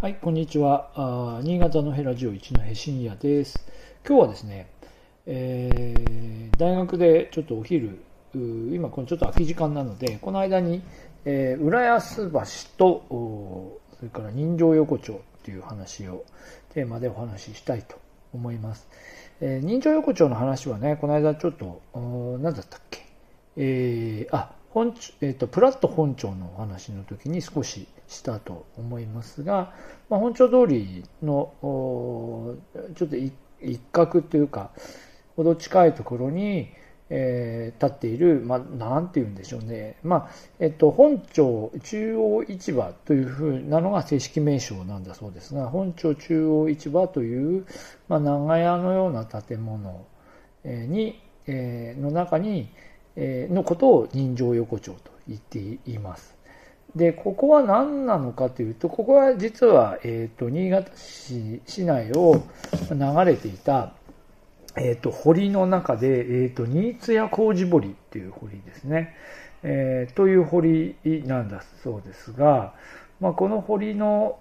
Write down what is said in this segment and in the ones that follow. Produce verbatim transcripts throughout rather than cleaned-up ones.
はい、こんにちは。あ新潟のヘラジオ一戸深夜です。今日はですね、えー大学でちょっとお昼、今このちょっと空き時間なので、この間に、えー浦安橋と、それから人情横丁という話をテーマでお話ししたいと思います。えー人情横丁の話はね、この間ちょっと、何だったっけ、えー、あ、本えーと、プラット本町のお話の時に少ししたと思いますが、まあ、本町通りのちょっと一角というかほど近いところに、えー立っている、まあ、なんて言うんでしょうね、まあえっと、本町中央市場というふうなのが正式名称なんだそうですが、本町中央市場という、まあ、長屋のような建物に、えーの中にのことを人情横丁と言っています。で、ここは何なのかというと、ここは実は、えっと、新潟市市内を流れていた、えっと、堀の中で、えっと、新津屋小路堀っていう堀ですね。えーという堀なんだそうですが、まあ、この堀の、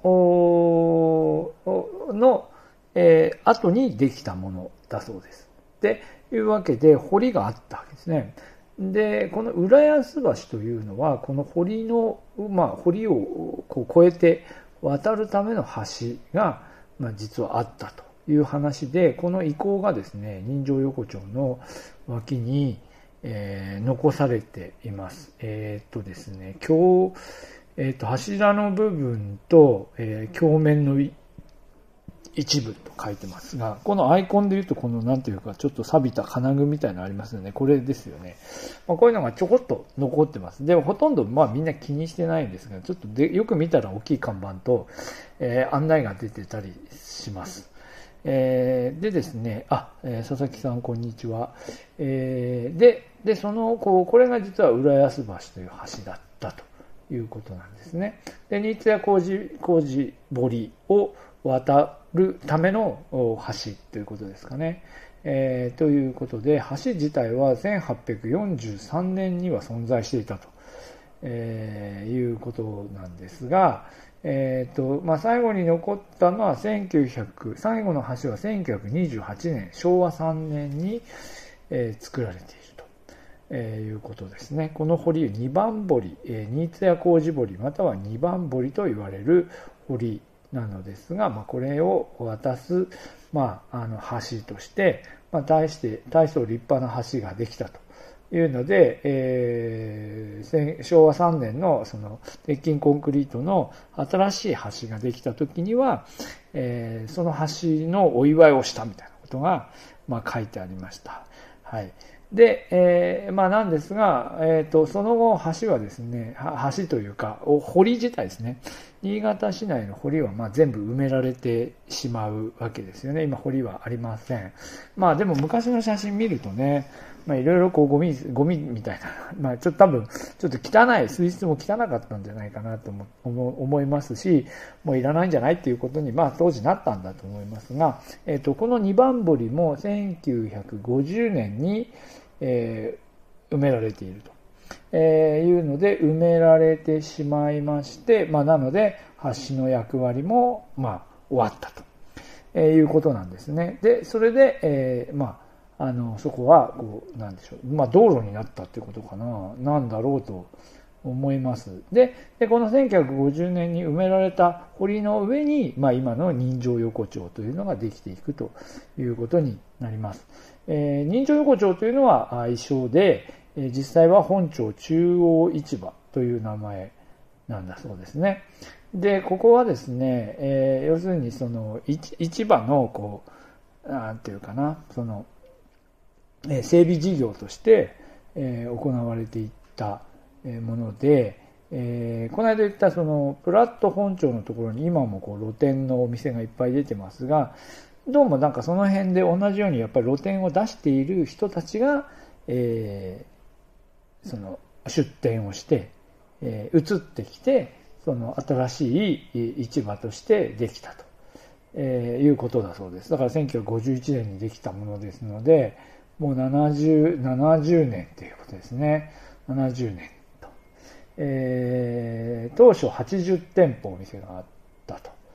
の、えー後にできたものだそうです。で、いうわけで、堀があったわけですね。で、この浦安橋というのは、この堀の、まあ、堀をこう越えて渡るための橋が、まあ、実はあったという話で、この遺構がですね、人情横丁の脇に、えー残されています。えーっとですね、今日、えーっと、柱の部分と、えー鏡面の一部と書いてますが、このアイコンで言うと、このなんていうか、ちょっと錆びた金具みたいなのありますよね。これですよね。まあ、こういうのがちょこっと残ってます。でもほとんどまあみんな気にしてないんですが、ちょっとでよく見たら大きい看板と、えー案内が出てたりします。えーでですね、あ、えー佐々木さんこんにちは。えーで、で、その、こう、これが実は浦安橋という橋だったということなんですね。で、新津屋小路堀を渡るための橋ということですかね。えーということで、橋自体はせんはっぴゃくよんじゅうさんねんには存在していたと、えーいうことなんですが、えーとまあ、最後に残ったのはせんきゅうひゃく、最後の橋はせんきゅうひゃくにじゅうはちねん、しょうわさんねんに、えー作られていると、えーいうことですね。この堀、にばん堀、えー新津屋小路堀またはにばん堀と言われる堀なのですが、まあ、これを渡す、まあ、あの橋として、まあ、大して大層立派な橋ができたというので、えー、しょうわさんねんのその鉄筋コンクリートの新しい橋ができた時には、えー、その橋のお祝いをしたみたいなことが、まあ、書いてありました。はい。で、えー、まあなんですが、えっと、その後橋はですね、橋というか、堀自体ですね、新潟市内の堀はまあ全部埋められてしまうわけですよね。今堀はありません。まあでも昔の写真見るとね、まあいろいろこうゴミ、ゴミみたいな、まあちょっと多分、ちょっと汚い、水質も汚かったんじゃないかなと思思いますし、もういらないんじゃないっていうことに、まあ当時なったんだと思いますが、えっと、このにばん堀もせんきゅうひゃくごじゅうねんに、えー、埋められていると、えー、いうので埋められてしまいまして、まあ、なので橋の役割も、まあ、終わったと、えー、いうことなんですね。でそれで、えーまあ、あのそこはこうなんでしょう、まあ、道路になったっていうことかな、なんだろうと思います。で、でこのせんきゅうひゃくごじゅうねんに埋められた堀の上に、まあ、今の人情横丁というのができていくということになります。えー、人情横丁というのは愛称で、えー、実際は本町中央市場という名前なんだそうですね。で、ここはですね、えー、要するにその市場のこう、なんていうかな、その、えー、整備事業として、えー、行われていったもので、えー、この間言ったそのプラット本町のところに今もこう露店のお店がいっぱい出てますが、どうもなんかその辺で同じようにやっぱり露店を出している人たちが、えー、その出店をして、えー、移ってきて、その新しい市場としてできたと、えー、いうことだそうです。だからせんきゅうひゃくごじゅういちねんにできたものですので、もうななじゅう、ななじゅうねんということですね。ななじゅうねんと。えー、当初はちじゅってんぽお店があったと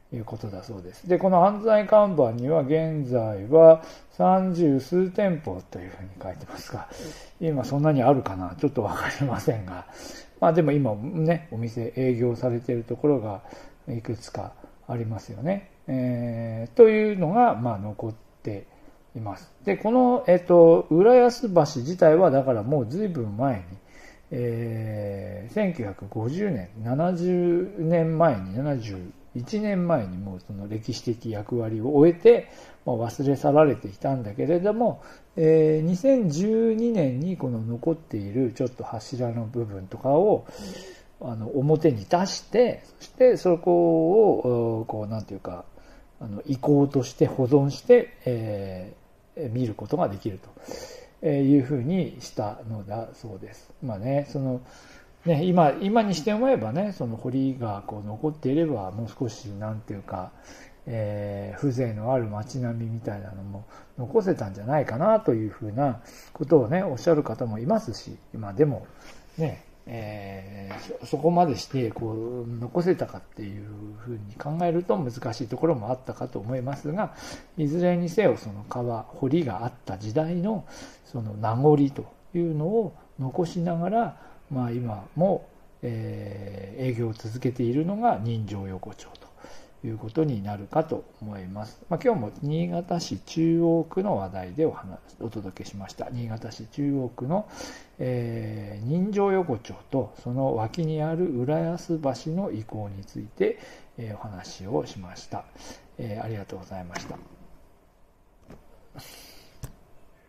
いうことだそうです。で、この安西看板には現在は三十数店舗というふうに書いてますが、今そんなにあるかなちょっとわかりませんが、まあでも今ね、お店営業されているところがいくつかありますよね。えー、というのが、まあ残っています。で、この、えっと、浦安橋自体はだからもう随分前に、えー、せんきゅうひゃくごじゅうねん、ななじゅうねんまえに、ななじゅういちねんまえにもうその歴史的役割を終えて、まあ、忘れ去られていたんだけれども、えー、にせんじゅうにねんにこの残っているちょっと柱の部分とかをあの表に出して、そしてそこをこうなんていうかあの遺構として保存して、えー、見ることができるというふうにしたのだそうです。まあね、そのね、今今にして思えばね、その堀がこう残っていればもう少しなんていうか、えー、風情のある街並みみたいなのも残せたんじゃないかなというふうなことをねおっしゃる方もいますし、今でもね、えー、そこまでしてこう残せたかっていうふうに考えると難しいところもあったかと思いますが、いずれにせよその川堀があった時代のその名残というのを残しながら、まあ、今も、えー、営業を続けているのが人情横丁ということになるかと思います。まあ、今日も新潟市中央区の話題でお話お届けしました。新潟市中央区の、えー、人情横丁とその脇にある浦安橋の遺構について、えー、お話をしました。えー、ありがとうございました。